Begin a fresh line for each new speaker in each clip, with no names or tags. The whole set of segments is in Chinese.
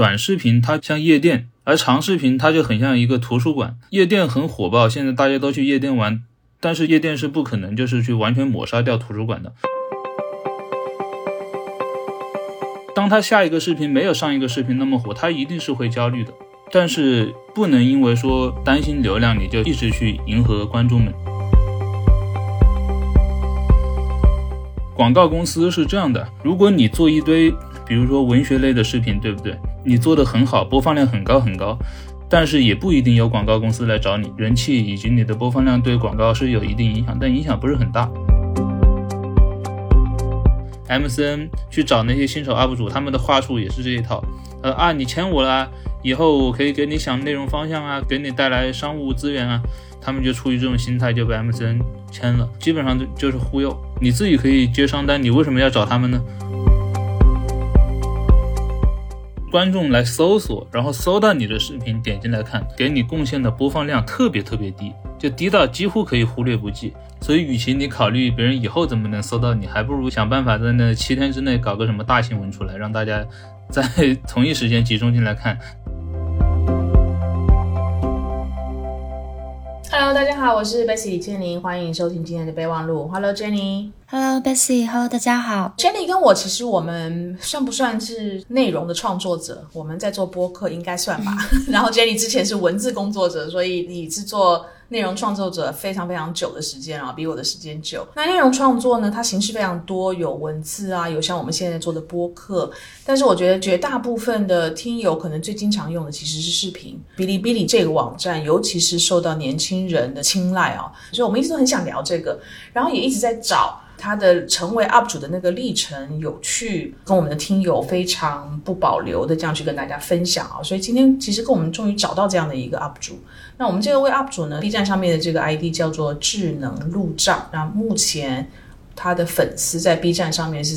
短视频它像夜店，而长视频它就很像一个图书馆。夜店很火爆，现在大家都去夜店玩，但是夜店是不可能就是去完全抹杀掉图书馆的。当他下一个视频没有上一个视频那么火，他一定是会焦虑的，但是不能因为说担心流量你就一直去迎合观众们。广告公司是这样的，如果你做一堆比如说文学类的视频，对不对？你做得很好，播放量很高很高，但是也不一定有广告公司来找你，人气以及你的播放量对广告是有一定影响，但影响不是很大。MCN 去找那些新手 UP 主，他们的话术也是这一套，你签我了，以后我可以给你想内容方向啊，给你带来商务资源啊，他们就出于这种心态就被 MCN 签了，基本上就是忽悠。你自己可以接商单，你为什么要找他们呢？观众来搜索，然后搜到你的视频，点进来看，给你贡献的播放量特别特别低，就低到几乎可以忽略不计。所以与其你考虑别人以后怎么能搜到你，还不如想办法在那7天之内搞个什么大新闻出来，让大家在同一时间集中进来看。
Hello， 大家好，我是 Bessie 李建玲，欢迎收听今天的备忘录。Hello Jenny。Hello
Bessie，Hello 大家好。
Jenny 跟我其实我们算不算是内容的创作者？我们在做播客应该算吧。然后 Jenny 之前是文字工作者，所以你是做内容创作者非常非常久的时间啊，比我的时间久。那内容创作呢，它形式非常多，有文字啊，有像我们现在做的播客，但是我觉得绝大部分的听友可能最经常用的其实是视频。哔哩哔哩这个网站尤其是受到年轻人的青睐啊，所以我们一直都很想聊这个，然后也一直在找他的成为 UP 主的那个历程有趣，跟我们的听友非常不保留的这样去跟大家分享啊。所以今天其实跟我们终于找到这样的一个 UP 主。那我们这位 UP 主呢 B 站上面的这个 ID 叫做智能路障，那目前他的粉丝在 B 站上面是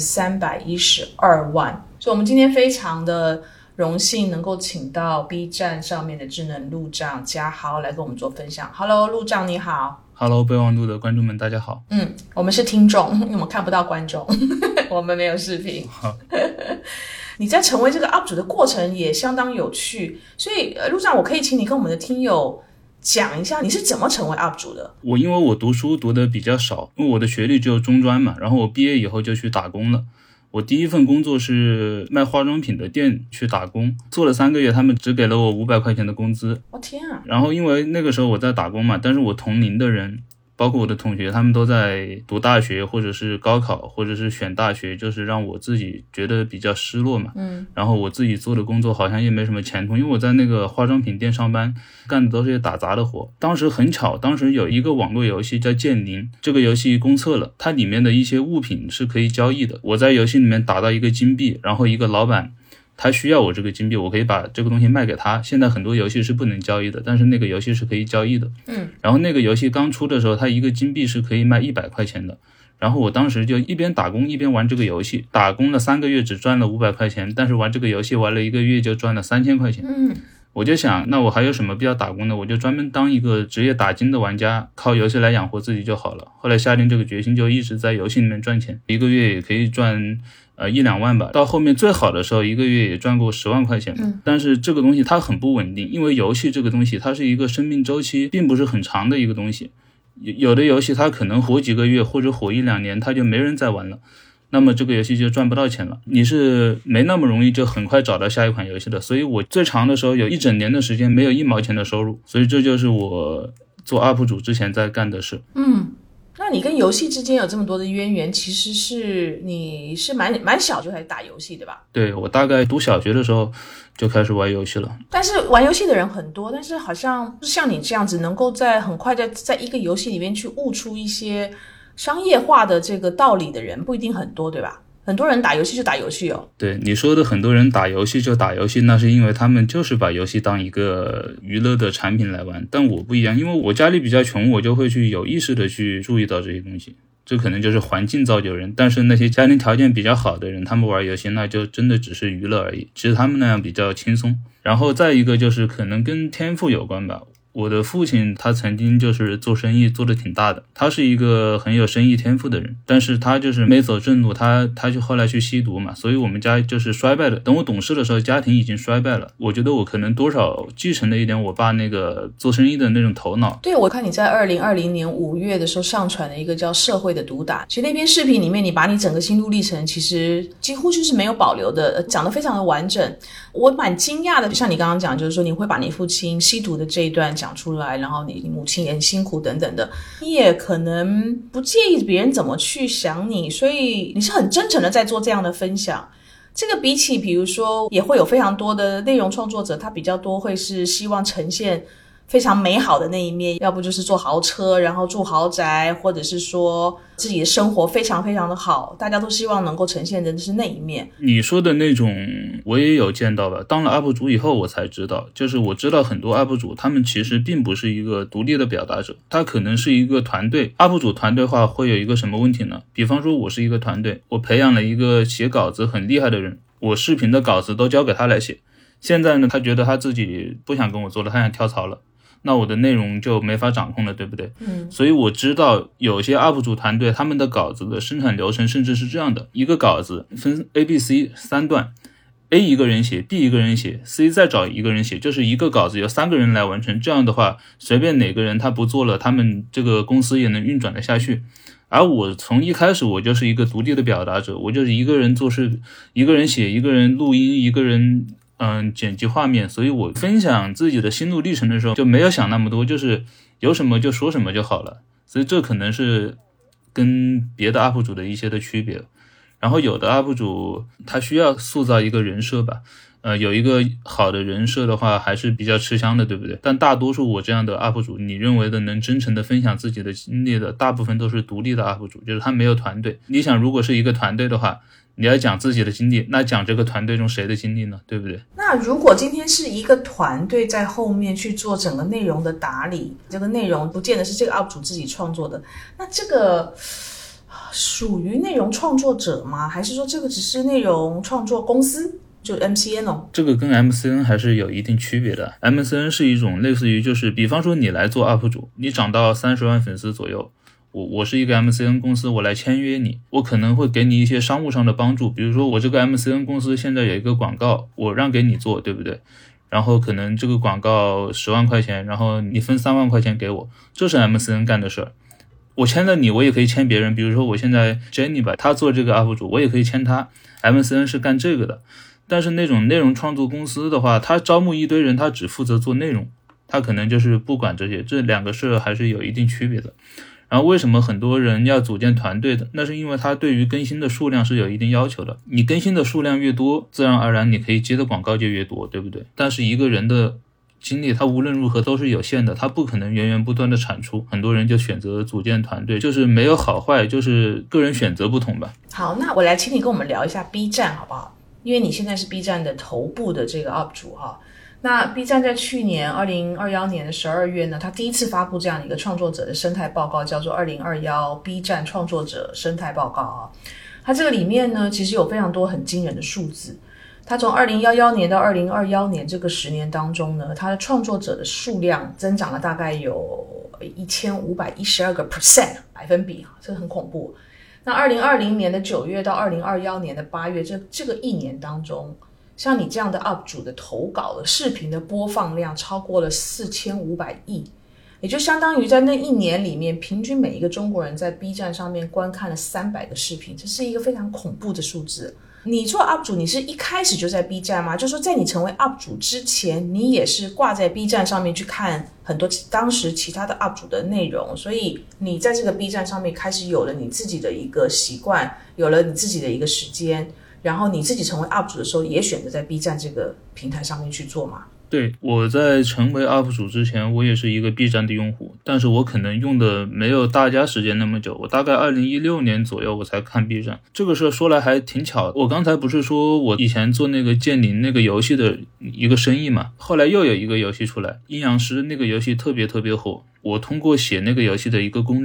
312万，所以我们今天非常的荣幸能够请到 B 站上面的智能路障嘉豪来跟我们做分享。 Hello 路障你好。
Hello 备忘录的观众们大家好。
我们是听众，因为我们看不到观众我们没有视频。好你在成为这个 UP 主的过程也相当有趣，所以路障我可以请你跟我们的听友讲一下你是怎么成为 UP 主的。
因为我读书读的比较少，因为我的学历只有中专嘛，然后我毕业以后就去打工了。我第一份工作是卖化妆品的店去打工，做了3个月，他们只给了我500块钱的工资。
我天啊！
然后因为那个时候我在打工嘛，但是我同龄的人包括我的同学，他们都在读大学或者是高考或者是选大学，就是让我自己觉得比较失落嘛。然后我自己做的工作好像也没什么前途，因为我在那个化妆品店上班，干的都是些打杂的活。当时很巧，当时有一个网络游戏叫剑灵，这个游戏公测了，它里面的一些物品是可以交易的。我在游戏里面打到一个金币，然后一个老板他需要我这个金币，我可以把这个东西卖给他。现在很多游戏是不能交易的，但是那个游戏是可以交易的。然后那个游戏刚出的时候，它一个金币是可以卖100块钱的。然后我当时就一边打工一边玩这个游戏，打工了3个月只赚了500块钱，但是玩这个游戏玩了1个月就赚了3000块钱。我就想，那我还有什么必要打工呢？我就专门当一个职业打金的玩家，靠游戏来养活自己就好了。后来下定这个决心，就一直在游戏里面赚钱，一个月也可以赚1-2万吧，到后面最好的时候一个月也赚过10万块钱。但是这个东西它很不稳定，因为游戏这个东西它是一个生命周期并不是很长的一个东西，有的游戏它可能火几个月或者火1-2年它就没人再玩了，那么这个游戏就赚不到钱了，你是没那么容易就很快找到下一款游戏的。所以我最长的时候有1整年的时间没有1毛钱的收入，所以这就是我做 UP 主之前在干的事。
那你跟游戏之间有这么多的渊源，其实是你是蛮小就开始打游戏对吧？
对，我大概读小学的时候就开始玩游戏了。
但是玩游戏的人很多，但是好像像你这样子能够很快在一个游戏里面去悟出一些商业化的这个道理的人不一定很多对吧？很多人打游戏就打游戏哦。
对，你说的很多人打游戏就打游戏，那是因为他们就是把游戏当一个娱乐的产品来玩。但我不一样，因为我家里比较穷，我就会去有意识的去注意到这些东西，这可能就是环境造就人。但是那些家庭条件比较好的人，他们玩游戏那就真的只是娱乐而已，其实他们那样比较轻松。然后再一个就是可能跟天赋有关吧， 我的父亲他曾经就是做生意做得挺大的，他是一个很有生意天赋的人，但是他就是没走正路，他就后来去吸毒嘛，所以我们家就是衰败的。等我懂事的时候，家庭已经衰败了。我觉得我可能多少继承了一点我爸那个做生意的那种头脑。
对，我看你在2020年5月的时候上传了一个叫《社会的毒打》，其实那篇视频里面，你把你整个心路历程其实几乎就是没有保留的，讲得非常的完整。我蛮惊讶的，像你刚刚讲，就是说你会把你父亲吸毒的这一段讲出来，然后你母亲也很辛苦等等的，你也可能不介意别人怎么去想你，所以你是很真诚的在做这样的分享。这个比起比如说也会有非常多的内容创作者，他比较多会是希望呈现非常美好的那一面，要不就是坐豪车然后住豪宅，或者是说自己的生活非常非常的好，大家都希望能够呈现的是那一面。
你说的那种我也有见到吧，当了 UP 主以后我才知道，就是我知道很多 UP 主他们其实并不是一个独立的表达者，他可能是一个团队。 UP 主团队化会有一个什么问题呢？比方说我是一个团队，我培养了一个写稿子很厉害的人，我视频的稿子都交给他来写，现在呢他觉得他自己不想跟我做了，他想跳槽了，那我的内容就没法掌控了，对不对？所以我知道有些 UP 主团队他们的稿子的生产流程甚至是这样的，一个稿子分 A、B、C 3段， A 一个人写， B 一个人写， C 再找一个人写，就是一个稿子由3个人来完成。这样的话随便哪个人他不做了，他们这个公司也能运转得下去。而我从一开始我就是一个独立的表达者，我就是一个人做事，一个人写，一个人录音，一个人剪辑画面，所以我分享自己的心路历程的时候就没有想那么多，就是有什么就说什么就好了。所以这可能是跟别的 UP 主的一些的区别。然后有的 UP 主他需要塑造一个人设吧，有一个好的人设的话还是比较吃香的，对不对？但大多数我这样的 UP 主，你认为的能真诚的分享自己的经历的，大部分都是独立的 UP 主，就是他没有团队。你想如果是一个团队的话，你要讲自己的经历，那讲这个团队中谁的经历呢？对不对？
那如果今天是一个团队在后面去做整个内容的打理，这个内容不见得是这个 UP 主自己创作的，那这个属于内容创作者吗？还是说这个只是内容创作公司，就 MCN 哦？
这个跟 MCN 还是有一定区别的。 MCN 是一种类似于就是比方说你来做 UP 主，你涨到30万粉丝左右，我是一个 MCN 公司，我来签约你，我可能会给你一些商务上的帮助，比如说我这个 MCN 公司现在有一个广告，我让给你做，对不对？然后可能这个广告10万块钱，然后你分3万块钱给我，这是 MCN 干的事儿。我签了你，我也可以签别人，比如说我现在 Jenny 吧，他做这个 UP 主，我也可以签他。MCN 是干这个的。但是那种内容创作公司的话，他招募一堆人，他只负责做内容，他可能就是不管这些，这两个事还是有一定区别的。然后为什么很多人要组建团队的？那是因为他对于更新的数量是有一定要求的，你更新的数量越多，自然而然你可以接的广告就越多，对不对？但是一个人的精力他无论如何都是有限的，他不可能源源不断的产出，很多人就选择组建团队，就是没有好坏，就是个人选择不同吧。
好，那我来请你跟我们聊一下 B 站好不好？因为你现在是 B 站的头部的这个 UP 主哈。那 B 站在去年2021年的12月呢，它第一次发布这样的一个创作者的生态报告，叫做2021 B 站创作者生态报告啊。它这个里面呢，其实有非常多很惊人的数字。它从2011年到2021年这个10年当中呢，它的创作者的数量增长了大概有1512%百分比，这很恐怖。那2020年的9月到2021年的8月，这个一年当中，像你这样的 UP 主的投稿的视频的播放量超过了4500亿，也就相当于在那一年里面，平均每一个中国人在 B 站上面观看了300个视频，这是一个非常恐怖的数字。你做 UP 主，你是一开始就在 B 站吗？就是说在你成为 UP 主之前，你也是挂在 B 站上面去看很多当时其他的 UP 主的内容，所以你在这个 B 站上面开始有了你自己的一个习惯，有了你自己的一个时间，然后你自己成为 UP 主的时候也选择在 B 站这个平台上面去做嘛。
对，我在成为 UP 主之前，我也是一个 B 站的用户，但是我可能用的没有大家时间那么久，我大概2016年左右我才看 B 站。这个事说来还挺巧的，我刚才不是说我以前做那个剑灵那个游戏的一个生意嘛，后来又有一个游戏出来，阴阳师那个游戏特别火，我通过写那个游戏的一个攻略，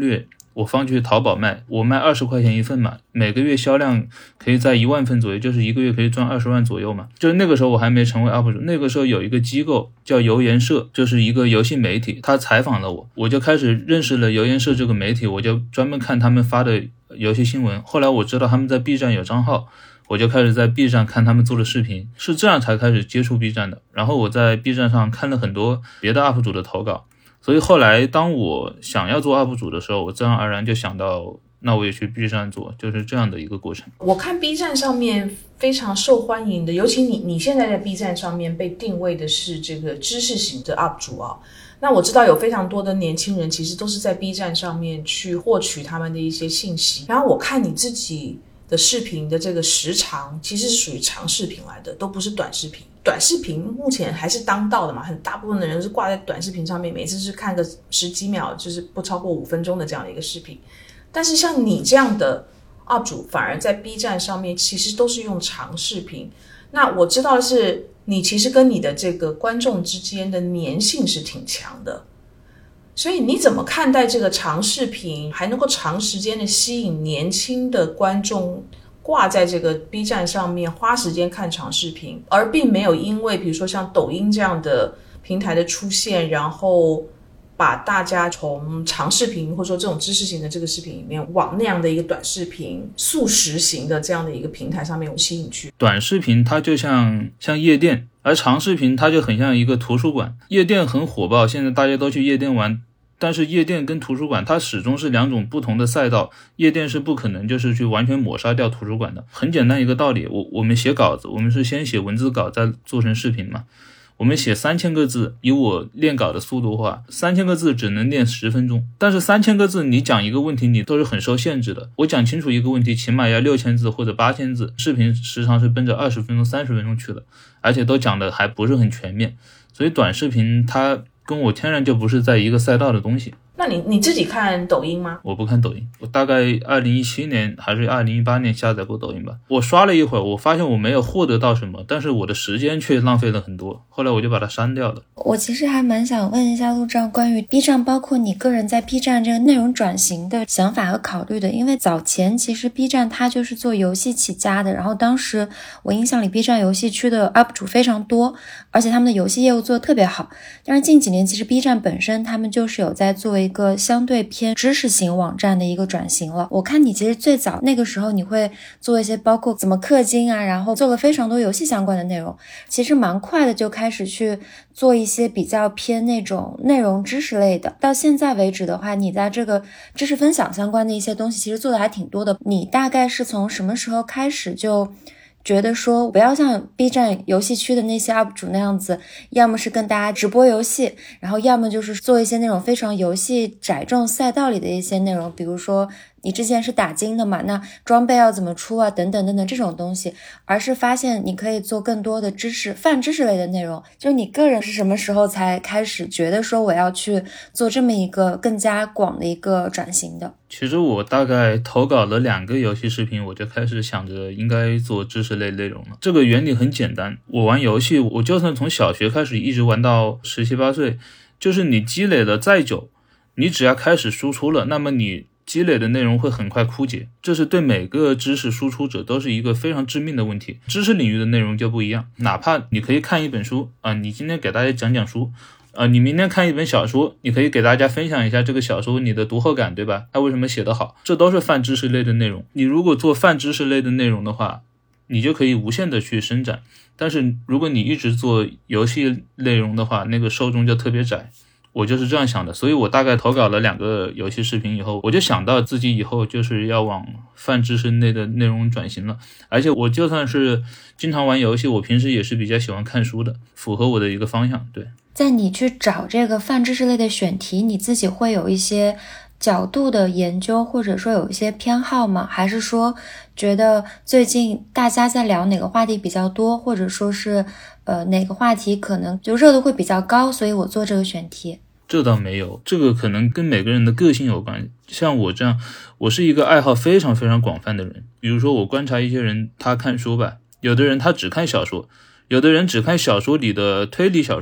我放去淘宝卖，我卖20块钱一份嘛，每个月销量可以在1万份左右，就是一个月可以赚20万左右嘛。就是那个时候我还没成为 UP 主，那个时候有一个机构叫游研社，就是一个游戏媒体，他采访了我，我就开始认识了游研社这个媒体，我就专门看他们发的游戏新闻。后来我知道他们在 B 站有账号，我就开始在 B 站看他们做的视频，是这样才开始接触 B 站的。然后我在 B 站上看了很多别的 UP 主的投稿，所以后来当我想要做 UP 主的时候，我自然而然就想到，那我也去 B 站做，就是这样的一个过程。
我看 B 站上面非常受欢迎的，尤其你现在在 B 站上面被定位的是这个知识型的 UP 主啊。那我知道有非常多的年轻人其实都是在 B 站上面去获取他们的一些信息，然后我看你自己的视频的这个时长其实是属于长视频来的，都不是短视频。短视频目前还是当道的嘛，很大部分的人是挂在短视频上面，每次是看个10几秒，就是不超过5分钟的这样的一个视频。但是像你这样的 UP 主反而在 B 站上面其实都是用长视频。那我知道的是你其实跟你的这个观众之间的粘性是挺强的，所以你怎么看待这个长视频还能够长时间的吸引年轻的观众挂在这个 B 站上面花时间看长视频，而并没有因为比如说像抖音这样的平台的出现，然后把大家从长视频或者说这种知识型的这个视频里面往那样的一个短视频速食型的这样的一个平台上面有吸引去。
短视频它就像夜店，而长视频它就很像一个图书馆。夜店很火爆，现在大家都去夜店玩，但是夜店跟图书馆它始终是两种不同的赛道，夜店是不可能就是去完全抹杀掉图书馆的。很简单一个道理，我们写稿子，我们是先写文字稿再做成视频嘛。我们写3000个字，以我练稿的速度的话，3000个字只能练10分钟。但是3000个字你讲一个问题你都是很受限制的，我讲清楚一个问题起码要6000字或者8000字，视频时长是奔着20分钟30分钟去的，而且都讲的还不是很全面。所以短视频它跟我天然就不是在一个赛道的东西。
那你自己看抖音吗？
我不看抖音，我大概2017年还是2018年下载过抖音吧。我刷了一会儿，我发现我没有获得到什么，但是我的时间却浪费了很多，后来我就把它删掉了。
我其实还蛮想问一下陆丈关于 B 站，包括你个人在 B 站这个内容转型的想法和考虑的。因为早前其实 B 站它就是做游戏起家的，然后当时我印象里 B 站游戏区的 UP 主非常多，而且他们的游戏业务做得特别好。但是近几年其实 B 站本身他们就是有在做一个相对偏知识型网站的一个转型了。我看你其实最早那个时候你会做一些包括怎么氪金啊，然后做了非常多游戏相关的内容，其实蛮快的就开始去做一些比较偏那种内容知识类的。到现在为止的话，你在这个知识分享相关的一些东西其实做的还挺多的。你大概是从什么时候开始就觉得说不要像 B 站游戏区的那些 UP 主那样子，要么是跟大家直播游戏，然后要么就是做一些那种非常游戏窄重赛道里的一些内容，比如说你之前是打金的嘛，那装备要怎么出啊，等等等等这种东西，而是发现你可以做更多的知识泛知识类的内容。就你个人是什么时候才开始觉得说我要去做这么一个更加广的一个转型的？
其实我大概投稿了2个游戏视频，我就开始想着应该做知识类内容了。这个原理很简单，我玩游戏，我就算从小学开始一直玩到17、18岁，就是你积累了再久，你只要开始输出了，那么你积累的内容会很快枯竭，这是对每个知识输出者都是一个非常致命的问题。知识领域的内容就不一样，哪怕你可以看一本书你今天给大家讲讲书你明天看一本小说，你可以给大家分享一下这个小说你的读后感，对吧？它为什么写得好，这都是泛知识类的内容。你如果做泛知识类的内容的话，你就可以无限的去伸展，但是如果你一直做游戏内容的话，那个受众就特别窄。我就是这样想的，所以我大概投稿了2个游戏视频以后，我就想到自己以后就是要往泛知识类的内容转型了。而且我就算是经常玩游戏，我平时也是比较喜欢看书的，符合我的一个方向。对，
在你去找这个泛知识类的选题，你自己会有一些角度的研究，或者说有一些偏好吗？还是说觉得最近大家在聊哪个话题比较多，或者说是哪个话题可能就热度会比较高，所以我做这个选题？
这倒没有，这个可能跟每个人的个性有关。像我这样，我是一个爱好非常非常广泛的人。比如说我观察一些人，他看书吧，有的人他只看小说，有的人只看小说里的推理小说，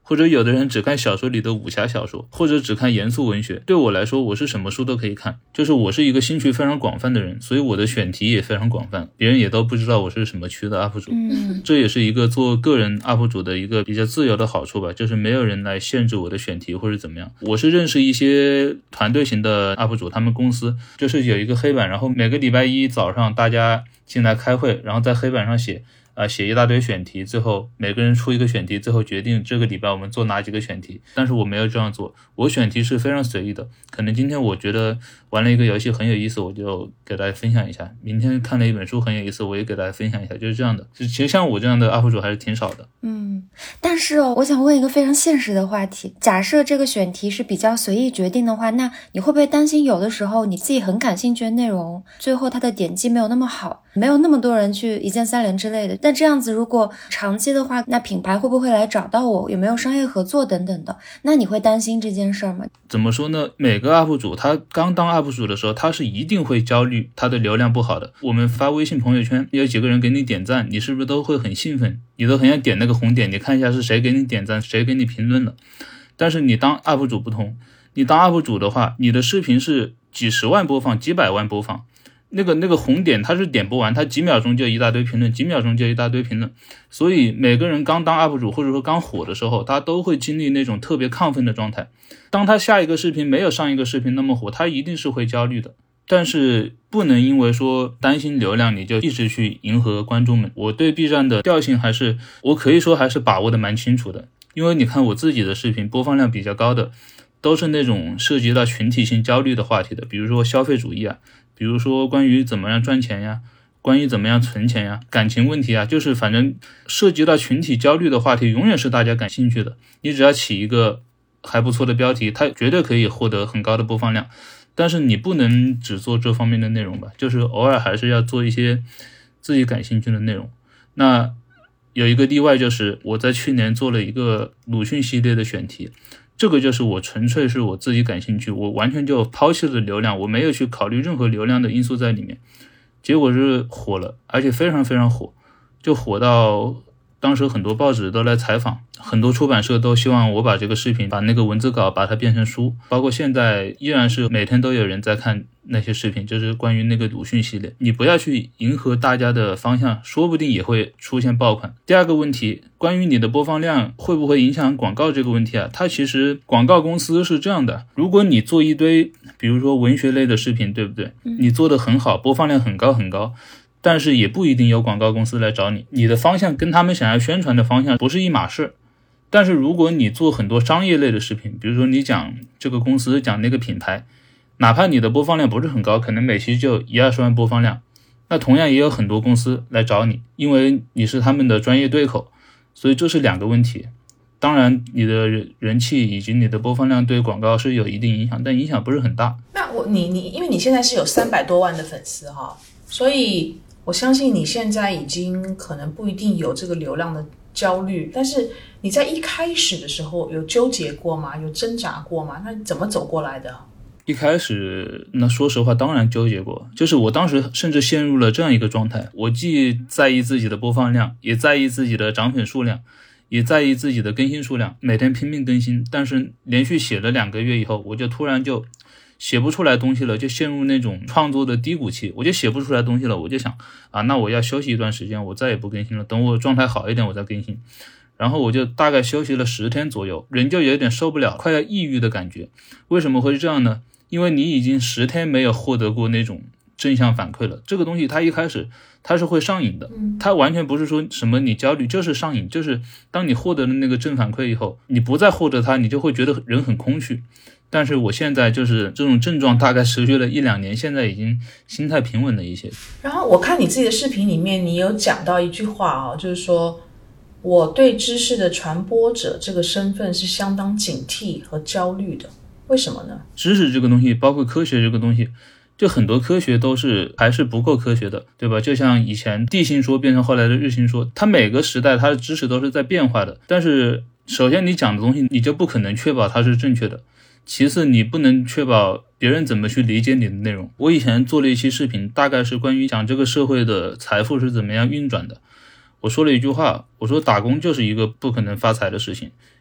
或者有的人只看小说里的武侠小说，或者只看严肃文学。对我来说，我是什么书都可以看，就是我是一个兴趣非常广泛的人，所以我的选题也非常广泛，别人也都不知道我是什么区的 UP 主。这也是一个做个人 UP 主的一个比较自由的好处吧，就是没有人来限制我的选题或者怎么样。我是认识一些团队型的 UP 主，他们公司就是有一个黑板，然后每个礼拜一早上大家进来开会，然后在黑板上写一大堆选题，最后每个人出一个选题，最后决定这个礼拜我们做哪几个选题。但是我没有这样做，我选题是非常随意的，可能今天我觉得玩了一个游戏很有意思，我就给大家分享一下，明天看了一本书很有意思，我也给大家分享一下，就是这样的。其实像我这样的 UP 主还是挺少的。
但是我想问一个非常现实的话题，假设这个选题是比较随意决定的话，那你会不会担心有的时候你自己很感兴趣的内容，最后它的点击没有那么好，没有那么多人去一键三连之类的，但这样子如果长期的话，那品牌会不会来找到我，有没有商业合作等等的，那你会担心这件事吗？
怎么说呢，每个 UP 主他刚当 UP 主的时候，他是一定会焦虑他的流量不好的。我们发微信朋友圈，有几个人给你点赞，你是不是都会很兴奋，你都很想点那个红点，你看一下是谁给你点赞，谁给你评论了。但是你当 UP 主不同，你当 UP 主的话，你的视频是几十万播放，几百万播放，那个红点它是点不完，它几秒钟就一大堆评论，几秒钟就一大堆评论。所以每个人刚当 UP 主或者说刚火的时候，他都会经历那种特别亢奋的状态。当他下一个视频没有上一个视频那么火，他一定是会焦虑的。但是不能因为说担心流量你就一直去迎合观众们。我对 B 站的调性我可以说还是把握的蛮清楚的。因为你看我自己的视频播放量比较高的都是那种涉及到群体性焦虑的话题的，比如说消费主义啊，比如说关于怎么样赚钱呀，关于怎么样存钱呀，感情问题啊，就是反正涉及到群体焦虑的话题永远是大家感兴趣的。你只要起一个还不错的标题，它绝对可以获得很高的播放量。但是你不能只做这方面的内容吧，就是偶尔还是要做一些自己感兴趣的内容。那有一个例外，就是我在去年做了一个鲁迅系列的选题，这个就是我纯粹是我自己感兴趣，我完全就抛弃了流量，我没有去考虑任何流量的因素在里面，结果是火了，而且非常非常火，就火到当时很多报纸都来采访，很多出版社都希望我把这个视频把那个文字稿把它变成书，包括现在依然是每天都有人在看那些视频，就是关于那个鲁迅系列。你不要去迎合大家的方向，说不定也会出现爆款。第二个问题，关于你的播放量会不会影响广告这个问题啊，它其实广告公司是这样的，如果你做一堆比如说文学类的视频，对不对？你做得很好，播放量很高很高，但是也不一定有广告公司来找你，你的方向跟他们想要宣传的方向不是一码事。但是如果你做很多商业类的视频，比如说你讲这个公司，讲那个品牌，哪怕你的播放量不是很高，可能每期就10-20万播放量，那同样也有很多公司来找你，因为你是他们的专业对口。所以这是两个问题。当然你的人气以及你的播放量对广告是有一定影响，但影响不是很大。
那你因为你现在是有300多万的粉丝哈，所以我相信你现在已经可能不一定有这个流量的焦虑，但是你在一开始的时候有纠结过吗？有挣扎过吗？那你怎么走过来的？
一开始那说实话当然纠结过，就是我当时甚至陷入了这样一个状态，我既在意自己的播放量，也在意自己的涨粉数量，也在意自己的更新数量，每天拼命更新，但是连续写了2个月以后，我就突然就写不出来东西了，就陷入那种创作的低谷期，我就写不出来东西了，我就想那我要休息一段时间，我再也不更新了，等我状态好一点我再更新。然后我就大概休息了10天左右，人就有点受不了，快要抑郁的感觉。为什么会是这样呢？因为你已经10天没有获得过那种正向反馈了，这个东西它一开始它是会上瘾的，它完全不是说什么你焦虑，就是上瘾，就是当你获得了那个正反馈以后，你不再获得它，你就会觉得人很空虚。但是我现在就是这种症状大概持续了1-2年，现在已经心态平稳了一些。
然后我看你自己的视频里面，你有讲到一句话就是说我对知识的传播者这个身份是相当警惕和焦虑的，为什么呢？
知识这个东西，包括科学这个东西，就很多科学都是还是不够科学的，对吧？就像以前地心说变成后来的日心说，它每个时代它的知识都是在变化的，但是首先你讲的东西你就不可能确保它是正确的，其次你不能确保别人怎么去理解你的内容。我以前做了一期视频，大概是关于讲这个社会的财富是怎么样运转的。我说了一句话，我说打工就是一个不可能发财的事情，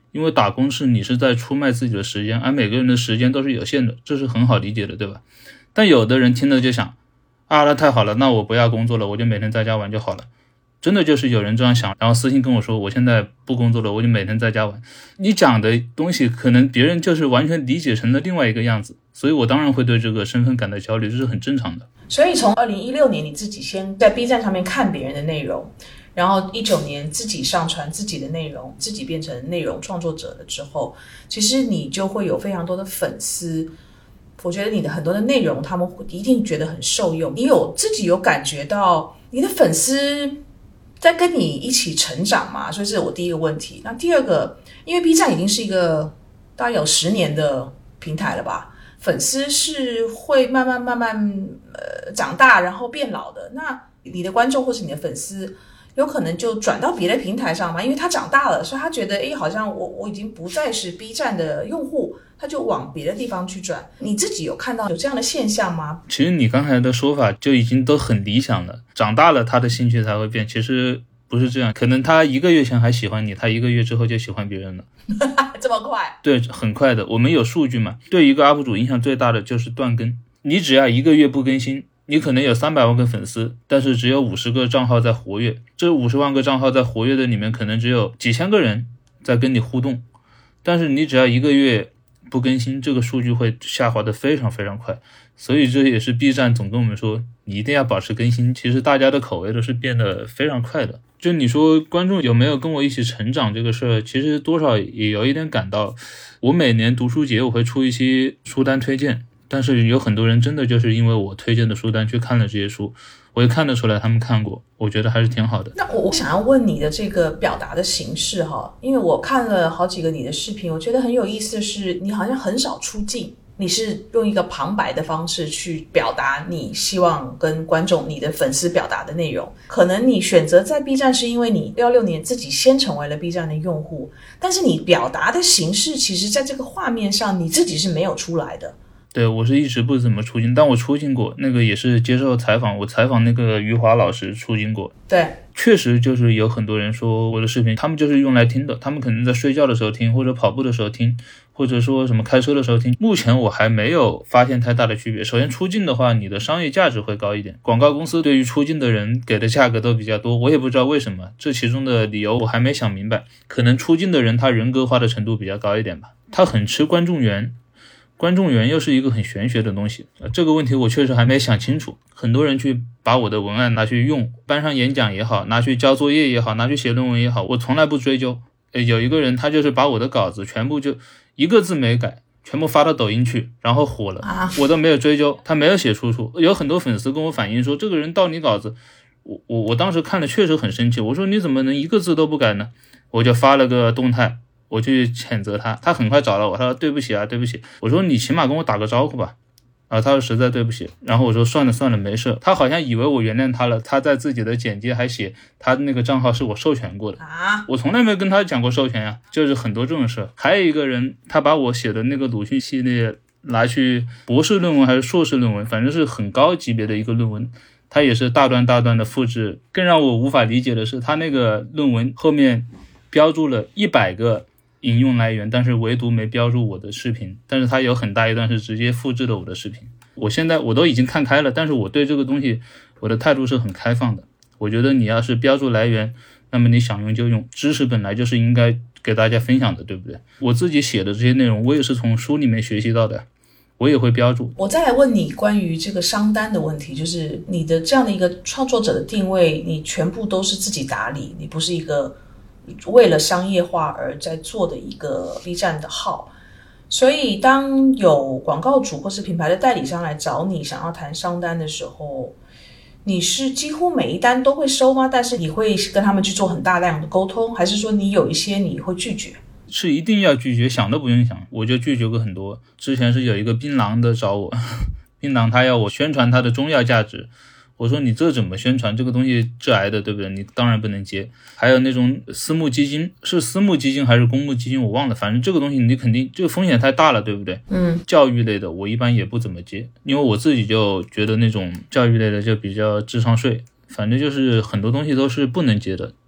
因为打工你是在出卖自己的时间，而每个人的时间都是有限的，这是很好理解的，对吧？但有的人听了就想那太好了，那我不要工作了，我就每天在家玩就好了。真的就是有人这样想，然后私信跟我说我现在不工作了，我就每天在家玩。你讲的东西可能别人就是完全理解成了另外一个样子，所以我当然会对这个身份感到焦虑，这是很正常的。
所以从2016年你自己先在 B 站上面看别人的内容，然后19年自己上传自己的内容，自己变成内容创作者了之后，其实你就会有非常多的粉丝。我觉得你的很多的内容他们一定觉得很受用，你自己有感觉到你的粉丝在跟你一起成长嘛？所以这是我第一个问题。那第二个，因为 B 站已经是一个大概有10年的平台了吧，粉丝是会慢慢长大然后变老的，那你的观众或是你的粉丝有可能就转到别的平台上嘛，因为他长大了，所以他觉得好像我已经不再是 B 站的用户，他就往别的地方去转。你自己有看到有这样的现象吗？
其实你刚才的说法就已经都很理想了，长大了他的兴趣才会变，其实不是这样，可能他1个月前还喜欢你，他1个月之后就喜欢别人了。
这么快？
对，很快的。我们有数据嘛，对一个 UP 主影响最大的就是断更。你只要1个月不更新，你可能有300万个粉丝，但是只有50个账号在活跃，这50万个账号在活跃的里面可能只有几千个人在跟你互动，但是你只要1个月不更新，这个数据会下滑的非常非常快。所以这也是 B 站总跟我们说你一定要保持更新，其实大家的口味都是变得非常快的。就你说观众有没有跟我一起成长这个事儿，其实多少也有一点感到，我每年读书节我会出一些书单推荐，但是有很多人真的就是因为我推荐的书单去看了这些书，我也看得出来他们看过，我觉得还是挺好的。
那我想要问你的这个表达的形式哈，因为我看了好几个你的视频，我觉得很有意思的是你好像很少出镜，你是用一个旁白的方式去表达你希望跟观众你的粉丝表达的内容。可能你选择在 B 站是因为你16年自己先成为了 B 站的用户，但是你表达的形式其实在这个画面上你自己是没有出来的。
对，我是一直不怎么出镜，但我出镜过，那个也是接受采访，我采访那个余华老师出镜过。
对，
确实就是有很多人说我的视频他们就是用来听的，他们可能在睡觉的时候听，或者跑步的时候听，或者说什么开车的时候听。目前我还没有发现太大的区别。首先出镜的话，你的商业价值会高一点，广告公司对于出镜的人给的价格都比较多，我也不知道为什么，这其中的理由我还没想明白。可能出镜的人他人格化的程度比较高一点吧，他很吃观众缘，观众缘又是一个很玄学的东西，这个问题我确实还没想清楚。很多人去把我的文案拿去用，班上演讲也好，拿去交作业也好，拿去写论文也好，我从来不追究。有一个人他就是把我的稿子全部就一个字没改，全部发到抖音去，然后火了，我都没有追究，他没有写出处。有很多粉丝跟我反映说这个人盗你稿子，我当时看了确实很生气，我说你怎么能一个字都不改呢？我就发了个动态，我去谴责他，他很快找了我，他说对不起啊，对不起。我说你起码跟我打个招呼吧。他说实在对不起。然后我说算了没事。他好像以为我原谅他了，他在自己的简介还写他那个账号是我授权过的。我从来没跟他讲过授权呀，就是很多这种事。还有一个人，他把我写的那个鲁迅系列拿去博士论文还是硕士论文，反正是很高级别的一个论文，他也是大段的复制。更让我无法理解的是，他那个论文后面标注了100个引用来源，但是唯独没标注我的视频，但是他有很大一段是直接复制了我的视频。我现在我都已经看开了，但是我对这个东西我的态度是很开放的。我觉得你要是标注来源，那么你想用就用，知识本来就是应该给大家分享的，对不对？我自己写的这些内容我也是从书里面学习到的，我也会标注。
我再来问你关于这个商单的问题，就是你的这样的一个创作者的定位，你全部都是自己打理，你不是一个为了商业化而在做的一个 B 站的号。所以当有广告主或是品牌的代理商来找你想要谈商单的时候，你是几乎每一单都会收吗？但是你会跟他们去做很大量的沟通，还是说你有一些你会拒绝？
是一定要拒绝，想都不用想，我就拒绝过很多。之前是有一个槟榔的找我，槟榔他要我宣传他的中药价值，我说你这怎么宣传，这个东西致癌的，对不对？你当然不能接。还有那种私募基金，是私募基金还是公募基金我忘了，反正这个东西你肯定这个风险太大了，对不对？教育类的我一般也不怎么接，因为我自己就觉得那种教育类的就比较智商税，反正就是很多东西都是不能接的。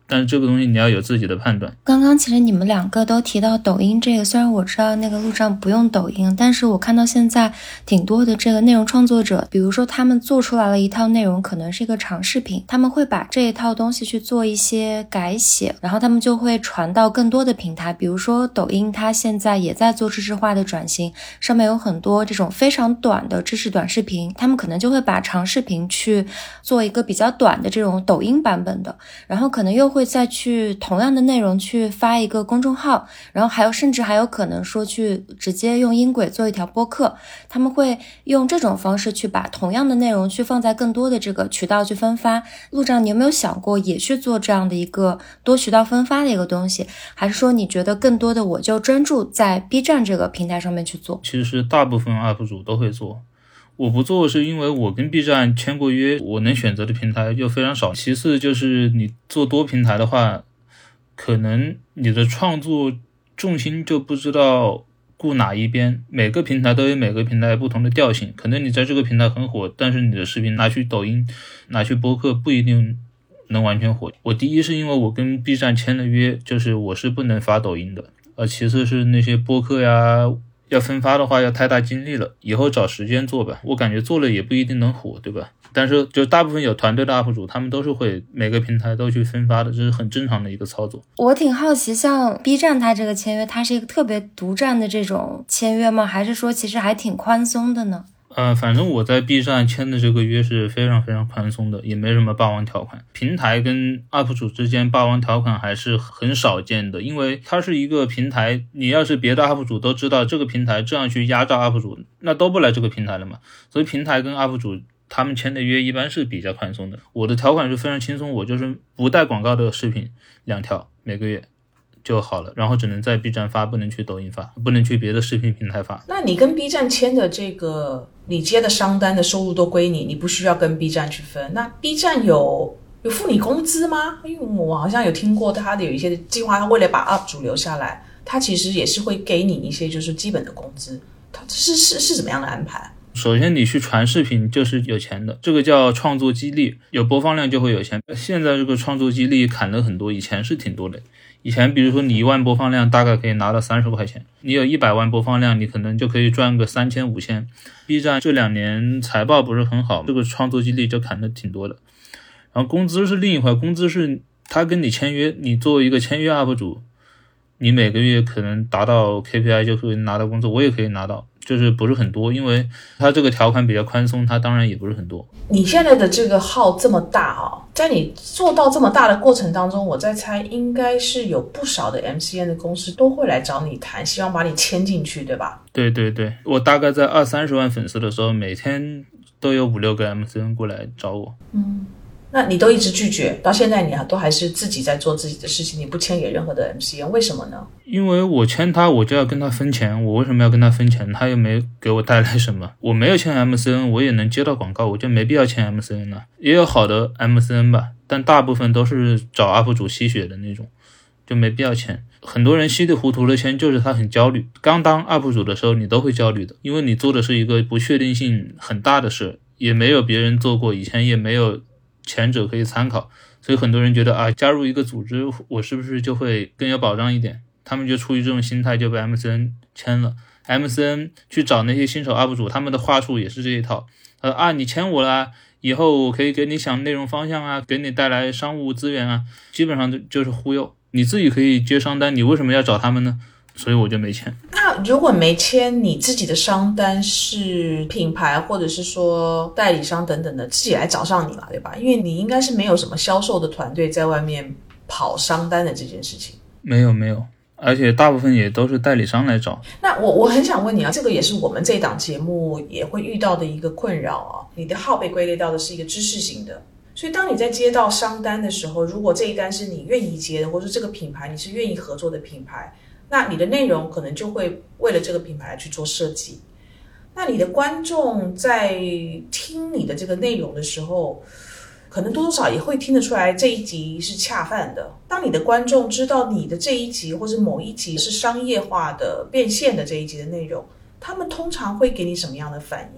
但是这个东西你要有自己的判断。
刚刚其实你们两个都提到抖音这个，虽然我知道那个路障不用抖音，但是我看到现在挺多的这个内容创作者，比如说他们做出来了一套内容，可能是一个长视频，他们会把这一套东西去做一些改写，然后他们就会传到更多的平台，比如说抖音它现在也在做知识化的转型，上面有很多这种非常短的知识短视频，他们可能就会把长视频去做一个比较短的这种抖音版本的，然后可能又会再去同样的内容去发一个公众号，然后甚至还有可能说去直接用音轨做一条播客，他们会用这种方式去把同样的内容去放在更多的这个渠道去分发。路障，你有没有想过也去做这样的一个多渠道分发的一个东西，还是说你觉得更多的我就专注在 B 站这个平台上面去做？
其实大部分 UP 主都会做，我不做是因为我跟 B 站签过约，我能选择的平台就非常少。其次就是你做多平台的话，可能你的创作重心就不知道顾哪一边，每个平台都有每个平台不同的调性，可能你在这个平台很火，但是你的视频拿去抖音拿去播客不一定能完全火。我第一是因为我跟 B 站签了约，就是我是不能发抖音的，其次是那些播客呀要分发的话要太大精力了，以后找时间做吧，我感觉做了也不一定能火，对吧？但是就大部分有团队的 UP 主，他们都是会每个平台都去分发的，这是很正常的一个操作。
我挺好奇，像 B 站它这个签约，它是一个特别独占的这种签约吗？还是说其实还挺宽松的呢？
反正我在 B 站签的这个约是非常非常宽松的，也没什么霸王条款。平台跟 UP 主之间霸王条款还是很少见的，因为它是一个平台，你要是别的 UP 主都知道这个平台这样去压榨 UP 主，那都不来这个平台了嘛。所以平台跟 UP 主他们签的约一般是比较宽松的。我的条款是非常轻松，我就是不带广告的视频2条每个月就好了，然后只能在 B 站发，不能去抖音发，不能去别的视频平台发。
那你跟 B 站签的这个你接的商单的收入都归你，你不需要跟 B 站去分。那 B 站有付你工资吗？因为我好像有听过他的有一些计划，他为了把 UP 主留下来，他其实也是会给你一些就是基本的工资，他是怎么样的安排？
首先你去传视频就是有钱的，这个叫创作激励，有播放量就会有钱。现在这个创作激励砍了很多，以前是挺多的。以前比如说你1万播放量大概可以拿到30块钱，你有100万播放量你可能就可以赚个3000、5000。B 站这2年财报不是很好，这个创作激励就砍的挺多的。然后工资是另一块，工资是他跟你签约，你作为一个签约 UP 主，你每个月可能达到 KPI 就可以拿到工资，我也可以拿到，就是不是很多，因为它这个条款比较宽松，它当然也不是很多。
你现在的这个号这么大在你做到这么大的过程当中，我在猜应该是有不少的 MCN 的公司都会来找你谈，希望把你签进去，对吧？
对对对，我大概在20-30万粉丝的时候，每天都有5-6个 MCN 过来找我。
那你都一直拒绝，到现在你都还是自己在做自己的事情，你不签给任何的 MCN， 为什么呢？
因为我签他，我就要跟他分钱，我为什么要跟他分钱？他又没给我带来什么，我没有签 MCN， 我也能接到广告，我就没必要签 MCN 了。也有好的 MCN 吧，但大部分都是找 UP 主吸血的那种，就没必要签。很多人稀里糊涂的签，就是他很焦虑。刚当 UP 主的时候，你都会焦虑的，因为你做的是一个不确定性很大的事，也没有别人做过，以前也没有前者可以参考，所以很多人觉得加入一个组织，我是不是就会更有保障一点？他们就出于这种心态就被 MCN 签了。MCN 去找那些新手 UP 主，他们的话术也是这一套。你签我了，以后我可以给你想内容方向啊，给你带来商务资源啊，基本上就是忽悠。你自己可以接商单，你为什么要找他们呢？所以我就没签。
那如果没签，你自己的商单是品牌或者是说代理商等等的自己来找上你嘛，对吧？因为你应该是没有什么销售的团队在外面跑商单的这件事情。
没有，而且大部分也都是代理商来找。
那我很想问你这个也是我们这档节目也会遇到的一个困扰你的号被归类到的是一个知识型的，所以当你在接到商单的时候，如果这一单是你愿意接的，或者这个品牌你是愿意合作的品牌，那你的内容可能就会为了这个品牌去做设计。那你的观众在听你的这个内容的时候，可能多多少少也会听得出来这一集是恰饭的。当你的观众知道你的这一集或者某一集是商业化的变现的这一集的内容，他们通常会给你什么样的反应？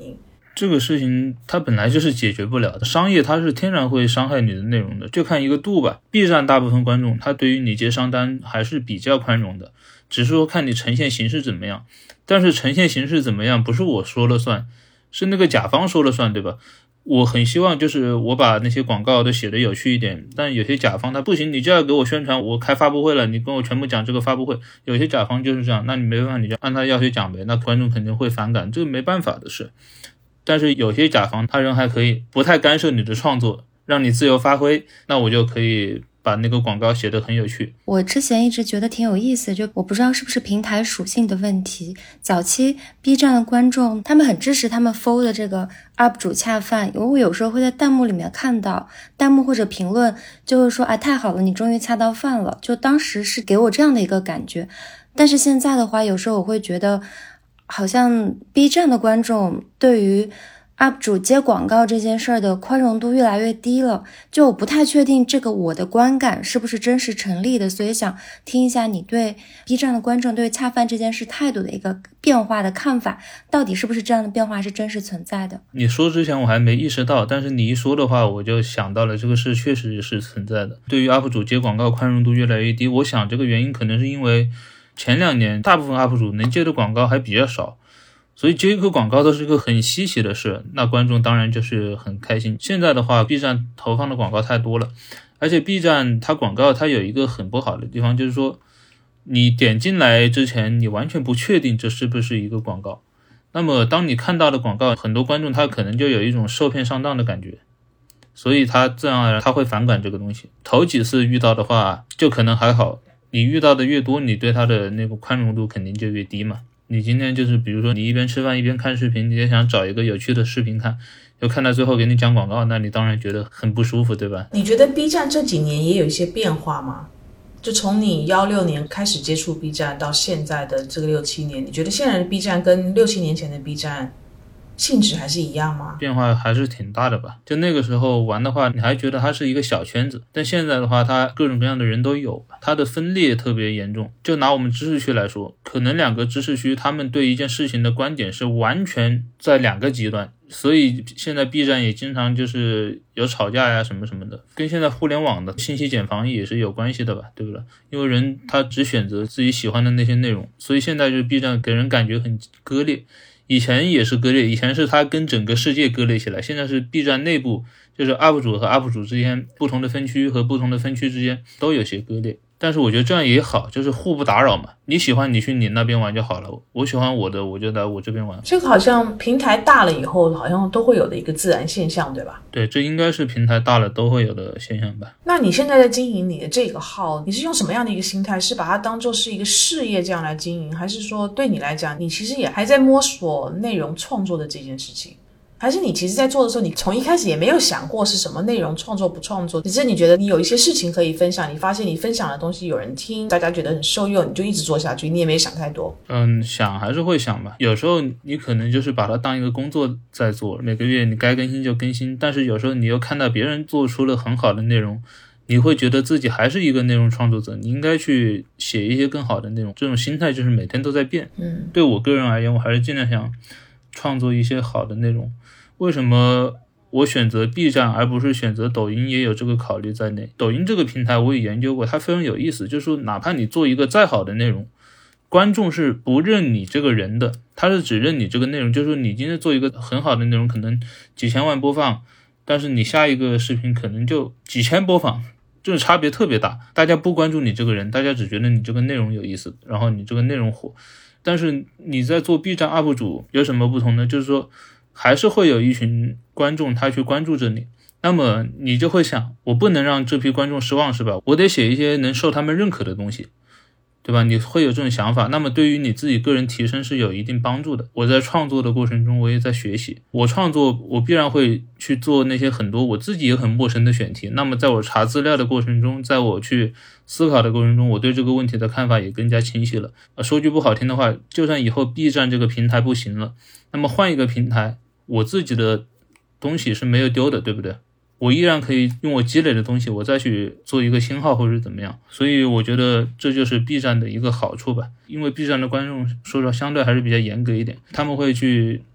这个事情它本来就是解决不了的，商业它是天然会伤害你的内容的，就看一个度吧。B 站大部分观众他对于你接商单还是比较宽容的，只是说看你呈现形式怎么样。但是呈现形式怎么样不是我说了算，是那个甲方说了算，对吧？我很希望就是我把那些广告都写得有趣一点，但有些甲方他不行，你就要给我宣传，我开发布会了，你跟我全部讲这个发布会。有些甲方就是这样，那你没办法，你就按他要求讲呗，那观众肯定会反感，这个没办法的事。但是有些甲方他人还可以不太干涉你的创作，让你自由发挥，那我就可以把那个广告写得很有趣。
我之前一直觉得挺有意思，就我不知道是不是平台属性的问题。早期 B 站的观众他们很支持他们 follow 的这个 UP 主恰饭，因为我有时候会在弹幕里面看到弹幕或者评论就会说太好了，你终于恰到饭了，就当时是给我这样的一个感觉。但是现在的话，有时候我会觉得好像 B 站的观众对于 UP 主接广告这件事儿的宽容度越来越低了，就我不太确定这个我的观感是不是真实成立的，所以想听一下你对 B 站的观众对恰饭这件事态度的一个变化的看法，到底是不是这样的变化是真实存在的？
你说之前我还没意识到，但是你一说的话我就想到了这个事确实是存在的。对于 UP 主接广告宽容度越来越低，我想这个原因可能是因为前2年大部分 UP 主能接的广告还比较少，所以接一个广告都是一个很稀奇的事，那观众当然就是很开心。现在的话 B 站投放的广告太多了，而且 B 站它广告它有一个很不好的地方，就是说你点进来之前你完全不确定这是不是一个广告，那么当你看到的广告，很多观众他可能就有一种受骗上当的感觉，所以他自然而然他会反感这个东西。头几次遇到的话就可能还好，你遇到的越多，你对他的那个宽容度肯定就越低嘛。你今天就是比如说你一边吃饭一边看视频，你也想找一个有趣的视频看，就看到最后给你讲广告，那你当然觉得很不舒服，对吧？
你觉得 B 站这几年也有一些变化吗？就从你16年开始接触 B 站到现在的这个6、7年，你觉得现在的 B 站跟6、7年前的 B 站性质还是一样吗？
变化还是挺大的吧。就那个时候玩的话，你还觉得它是一个小圈子，但现在的话，它各种各样的人都有，它的分裂特别严重。就拿我们知识区来说，可能2个知识区他们对一件事情的观点是完全在2个极端，所以现在 B 站也经常就是有吵架呀什么什么的，跟现在互联网的信息茧房也是有关系的吧，对不对？因为人他只选择自己喜欢的那些内容，所以现在就是 B 站给人感觉很割裂。以前也是割裂，以前是它跟整个世界割裂起来，现在是 B 站内部，就是 UP 主和 UP 主之间，不同的分区和不同的分区之间都有些割裂。但是我觉得这样也好，就是互不打扰嘛，你喜欢你去你那边玩就好了，我喜欢我的我就来我这边玩。
这个好像平台大了以后好像都会有的一个自然现象，对吧？
对，这应该是平台大了都会有的现象吧。
那你现在在经营你的这个号，你是用什么样的一个心态？是把它当作是一个事业这样来经营，还是说对你来讲你其实也还在摸索内容创作的这件事情？还是你其实在做的时候，你从一开始也没有想过是什么内容创作不创作，只是你觉得你有一些事情可以分享，你发现你分享的东西有人听，大家觉得很受用，你就一直做下去，你也没想太多。
想还是会想吧，有时候你可能就是把它当一个工作在做，每个月你该更新就更新，但是有时候你又看到别人做出了很好的内容，你会觉得自己还是一个内容创作者，你应该去写一些更好的内容，这种心态就是每天都在变。对我个人而言，我还是尽量想创作一些好的内容。为什么我选择 B 站而不是选择抖音，也有这个考虑在内。抖音这个平台我也研究过，它非常有意思，就是说哪怕你做一个再好的内容，观众是不认你这个人的，他是只认你这个内容。就是说你今天做一个很好的内容，可能几千万播放，但是你下一个视频可能就几千播放，这种差别特别大。大家不关注你这个人，大家只觉得你这个内容有意思，然后你这个内容火。但是你在做 B 站 UP 主有什么不同呢？就是说还是会有一群观众他去关注着你，那么你就会想，我不能让这批观众失望是吧？我得写一些能受他们认可的东西，对吧？你会有这种想法，那么对于你自己个人提升是有一定帮助的。我在创作的过程中我也在学习，我创作我必然会去做那些很多我自己也很陌生的选题，那么在我查资料的过程中，在我去思考的过程中，我对这个问题的看法也更加清晰了。说句不好听的话，就算以后 B 站这个平台不行了，那么换一个平台，我自己的东西是没有丢的，对不对？我依然可以用我积累的东西，我再去做一个新号或者怎么样。所以我觉得这就是 B 站的一个好处吧。因为 B 站的观众说实话相对还是比较严格一点，他们会去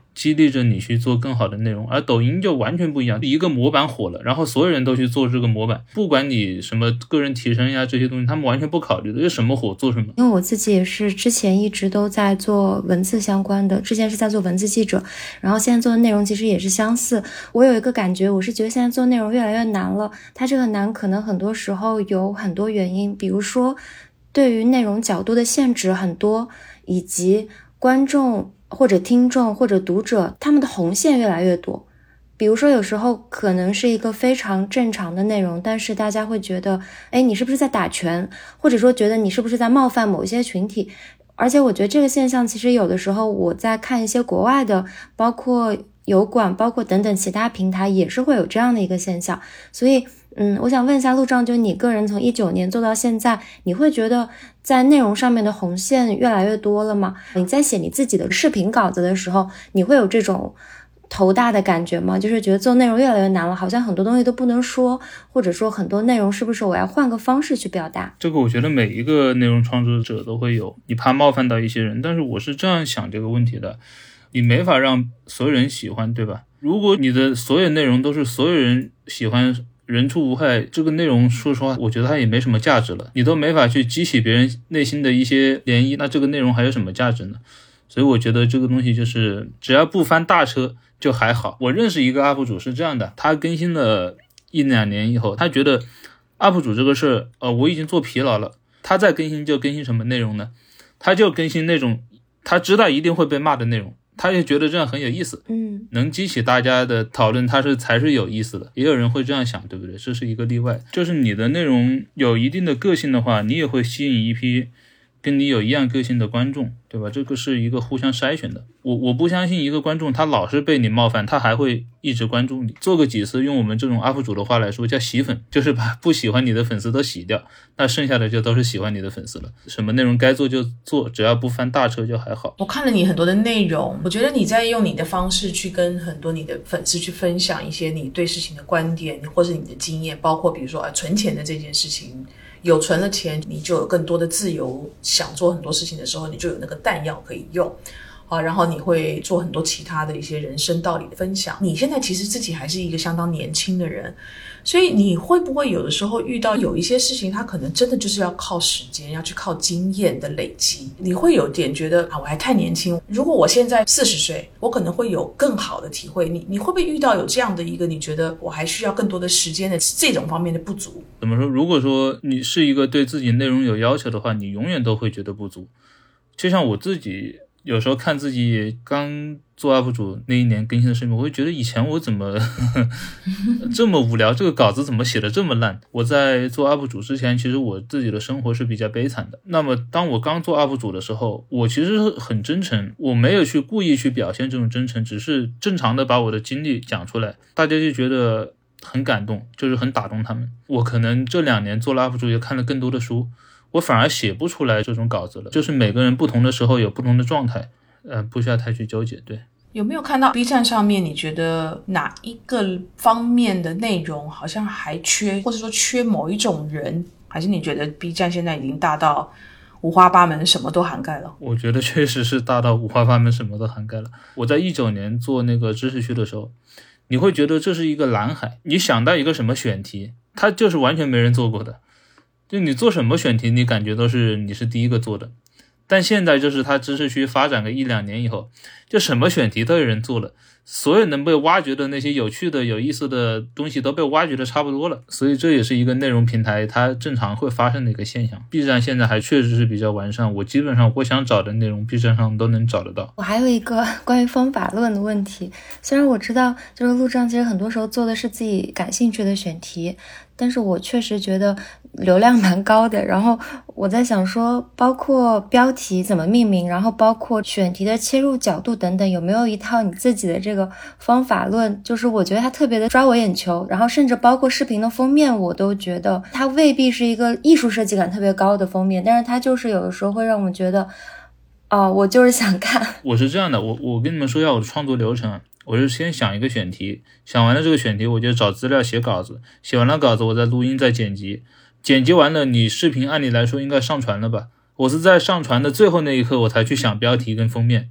激励着你去做更好的内容。而抖音就完全不一样，一个模板火了，然后所有人都去做这个模板，不管你什么个人提升呀这些东西，他们完全不考虑的，就什么火做什么。
因为我自己也是之前一直都在做文字相关的，之前是在做文字记者，然后现在做的内容其实也是相似。我有一个感觉，我是觉得现在做内容越来越难了，它这个难可能很多时候有很多原因，比如说对于内容角度的限制很多，以及观众或者听众或者读者他们的红线越来越多。比如说有时候可能是一个非常正常的内容，但是大家会觉得你是不是在打拳，或者说觉得你是不是在冒犯某一些群体。而且我觉得这个现象其实有的时候我在看一些国外的包括油管包括等等其他平台也是会有这样的一个现象。所以我想问一下陆丈，就你个人从19年做到现在，你会觉得在内容上面的红线越来越多了吗？你在写你自己的视频稿子的时候，你会有这种头大的感觉吗？就是觉得做内容越来越难了，好像很多东西都不能说，或者说很多内容是不是我要换个方式去表达？
这个我觉得每一个内容创作者都会有，你怕冒犯到一些人，但是我是这样想这个问题的，你没法让所有人喜欢，对吧？如果你的所有内容都是所有人喜欢，人畜无害，这个内容说实话我觉得它也没什么价值了，你都没法去激起别人内心的一些涟漪，那这个内容还有什么价值呢？所以我觉得这个东西就是只要不翻大车就还好。我认识一个 UP 主是这样的，他更新了1-2年以后，他觉得 UP 主这个事我已经做疲劳了，他再更新就更新什么内容呢？他就更新那种他知道一定会被骂的内容，他也觉得这样很有意思，能激起大家的讨论，才是有意思的。也有人会这样想，对不对？这是一个例外。就是你的内容有一定的个性的话，你也会吸引一批跟你有一样个性的观众，对吧？这个是一个互相筛选的。我不相信一个观众他老是被你冒犯，他还会一直关注你。做个几次，用我们这种 UP 主的话来说叫洗粉，就是把不喜欢你的粉丝都洗掉，那剩下的就都是喜欢你的粉丝了。什么内容该做就做，只要不翻大车就还好。
我看了你很多的内容，我觉得你在用你的方式去跟很多你的粉丝去分享一些你对事情的观点或是你的经验，包括比如说存钱的这件事情，有存了钱你就有更多的自由，想做很多事情的时候你就有那个弹药可以用然后你会做很多其他的一些人生道理的分享。你现在其实自己还是一个相当年轻的人，所以你会不会有的时候遇到有一些事情它可能真的就是要靠时间，要去靠经验的累积，你会有点觉得我还太年轻，如果我现在40岁我可能会有更好的体会。你会不会遇到有这样的一个你觉得我还需要更多的时间的这种方面的不足？
怎么说，如果说你是一个对自己内容有要求的话，你永远都会觉得不足。就像我自己有时候看自己刚做 UP 主那一年更新的视频，我会觉得以前我怎么这么无聊，这个稿子怎么写的这么烂。我在做 UP 主之前，其实我自己的生活是比较悲惨的。那么当我刚做 UP 主的时候，我其实很真诚，我没有去故意去表现这种真诚，只是正常的把我的经历讲出来，大家就觉得很感动，就是很打动他们。我可能这2年做了 UP 主，也看了更多的书，我反而写不出来这种稿子了。就是每个人不同的时候有不同的状态，不需要太去纠结。对，
有没有看到 B 站上面你觉得哪一个方面的内容好像还缺，或者说缺某一种人，还是你觉得 B 站现在已经大到五花八门，什么都涵盖了？
我觉得确实是大到五花八门，什么都涵盖了。我在19年做那个知识区的时候，你会觉得这是一个蓝海，你想到一个什么选题，它就是完全没人做过的，就你做什么选题你感觉都是你是第一个做的。但现在就是它知识区发展个1-2年以后，就什么选题都有人做了，所有能被挖掘的那些有趣的有意思的东西都被挖掘的差不多了。所以这也是一个内容平台它正常会发生的一个现象。 B 站现在还确实是比较完善，我基本上我想找的内容 B 站上都能找得到。
我还有一个关于方法论的问题，虽然我知道就是陆丈其实很多时候做的是自己感兴趣的选题，但是我确实觉得流量蛮高的。然后我在想说，包括标题怎么命名，然后包括选题的切入角度等等，有没有一套你自己的这个方法论？就是我觉得它特别的抓我眼球，然后甚至包括视频的封面，我都觉得它未必是一个艺术设计感特别高的封面，但是它就是有的时候会让我觉得我就是想看。
我是这样的，我跟你们说一下我的创作流程。我是先想一个选题，想完了这个选题我就找资料写稿子，写完了稿子我再录音再剪辑，剪辑完了你视频按理来说应该上传了吧，我是在上传的最后那一刻我才去想标题跟封面。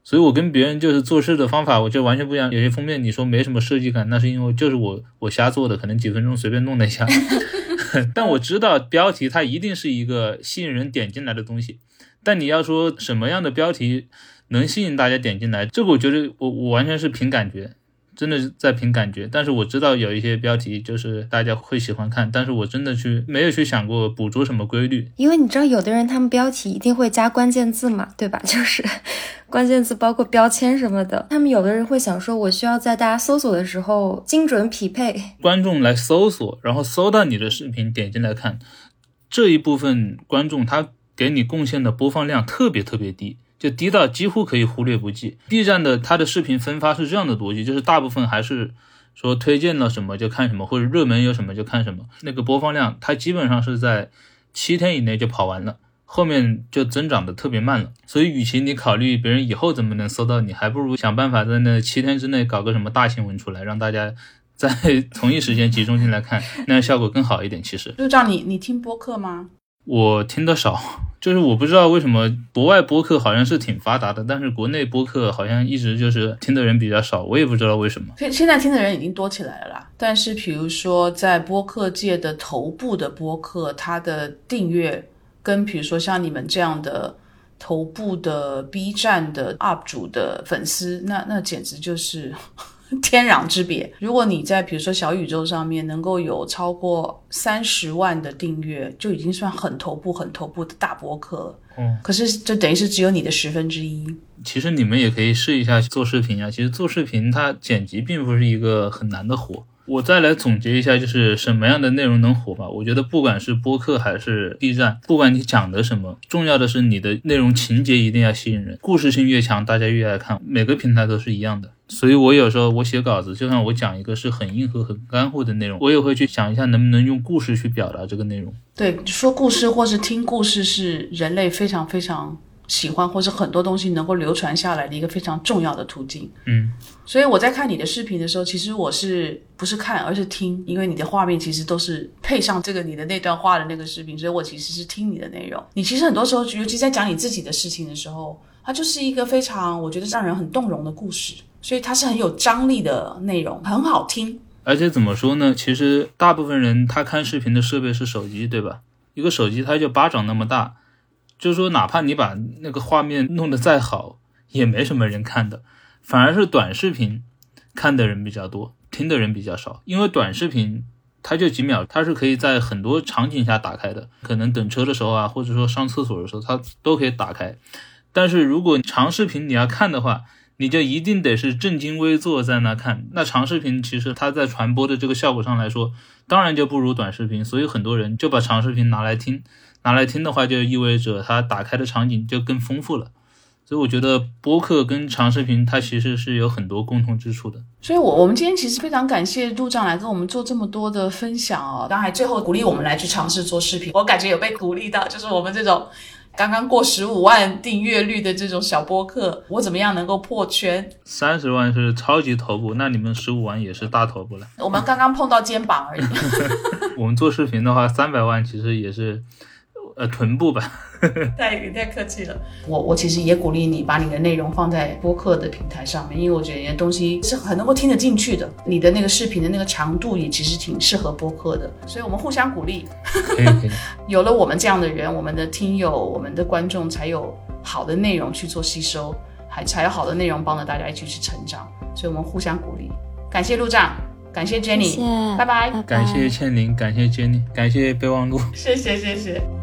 所以我跟别人就是做事的方法我就完全不一样。有些封面你说没什么设计感，那是因为就是我瞎做的，可能几分钟随便弄了一下但我知道标题它一定是一个吸引人点进来的东西，但你要说什么样的标题能吸引大家点进来，这个我觉得我完全是凭感觉，真的是在凭感觉。但是我知道有一些标题就是大家会喜欢看，但是我真的没有去想过捕捉什么规律。
因为你知道有的人他们标题一定会加关键字嘛，对吧？就是关键字包括标签什么的，他们有的人会想说我需要在大家搜索的时候精准匹配，
观众来搜索然后搜到你的视频点进来看，这一部分观众他给你贡献的播放量特别特别低，就低到几乎可以忽略不计。 B 站的它的视频分发是这样的逻辑，就是大部分还是说推荐了什么就看什么，或者热门有什么就看什么，那个播放量它基本上是在7天以内就跑完了，后面就增长的特别慢了。所以与其你考虑别人以后怎么能搜到你，还不如想办法在那7天之内搞个什么大新闻出来，让大家在同一时间集中进来看，那样效果更好一点。其实
就这样，你听播客吗？
我听得少，就是我不知道为什么国外播客好像是挺发达的，但是国内播客好像一直就是听的人比较少，我也不知道为什么。
现在听的人已经多起来了啦，但是比如说在播客界的头部的播客，它的订阅跟比如说像你们这样的头部的 B 站的 UP 主的粉丝，那简直就是天壤之别。如果你在比如说小宇宙上面能够有超过30万的订阅，就已经算很头部的大播客了。可是就等于是只有你的1/10。
其实你们也可以试一下做视频啊，其实做视频它剪辑并不是一个很难的活。我再来总结一下就是什么样的内容能火吧。我觉得不管是播客还是 B 站，不管你讲的什么，重要的是你的内容情节一定要吸引人，故事性越强大家越爱看，每个平台都是一样的。所以我有时候我写稿子，就算我讲一个是很硬核很干货的内容，我也会去想一下能不能用故事去表达这个内容。
对，说故事或是听故事是人类非常非常喜欢，或是很多东西能够流传下来的一个非常重要的途径。所以我在看你的视频的时候，其实我是不是看而是听，因为你的画面其实都是配上这个你的那段话的那个视频，所以我其实是听你的内容。你其实很多时候尤其在讲你自己的事情的时候，它就是一个非常我觉得让人很动容的故事，所以它是很有张力的内容，很好听。
而且怎么说呢，其实大部分人他看视频的设备是手机，对吧？一个手机它就巴掌那么大，就是说哪怕你把那个画面弄得再好也没什么人看的，反而是短视频看的人比较多，听的人比较少。因为短视频它就几秒，它是可以在很多场景下打开的，可能等车的时候啊，或者说上厕所的时候它都可以打开。但是如果长视频你要看的话，你就一定得是正襟危坐在那看。那长视频其实它在传播的这个效果上来说当然就不如短视频，所以很多人就把长视频拿来听的话，就意味着它打开的场景就更丰富了。所以我觉得播客跟长视频它其实是有很多共同之处的。
所以我们今天其实非常感谢陆长来跟我们做这么多的分享哦。刚才最后鼓励我们来去尝试做视频，我感觉有被鼓励到，就是我们这种刚刚过15万订阅率的这种小播客，我怎么样能够破圈
？30万是超级头部，那你们15万也是大头部了。
我们刚刚碰到肩膀而已。
我们做视频的话300万其实也是臀部吧。
太客气了。我其实也鼓励你把你的内容放在播客的平台上面，因为我觉得你的东西是很能够听得进去的，你的那个视频的那个长度也其实挺适合播客的，所以我们互相鼓励。
可以
有了我们这样的人，我们的听友我们的观众才有好的内容去做吸收，才有好的内容帮着大家一起去成长，所以我们互相鼓励。感谢陆长，感谢 Jenny， 拜拜。
感谢倩玲，感谢 Jenny， 感谢备忘录，
谢谢。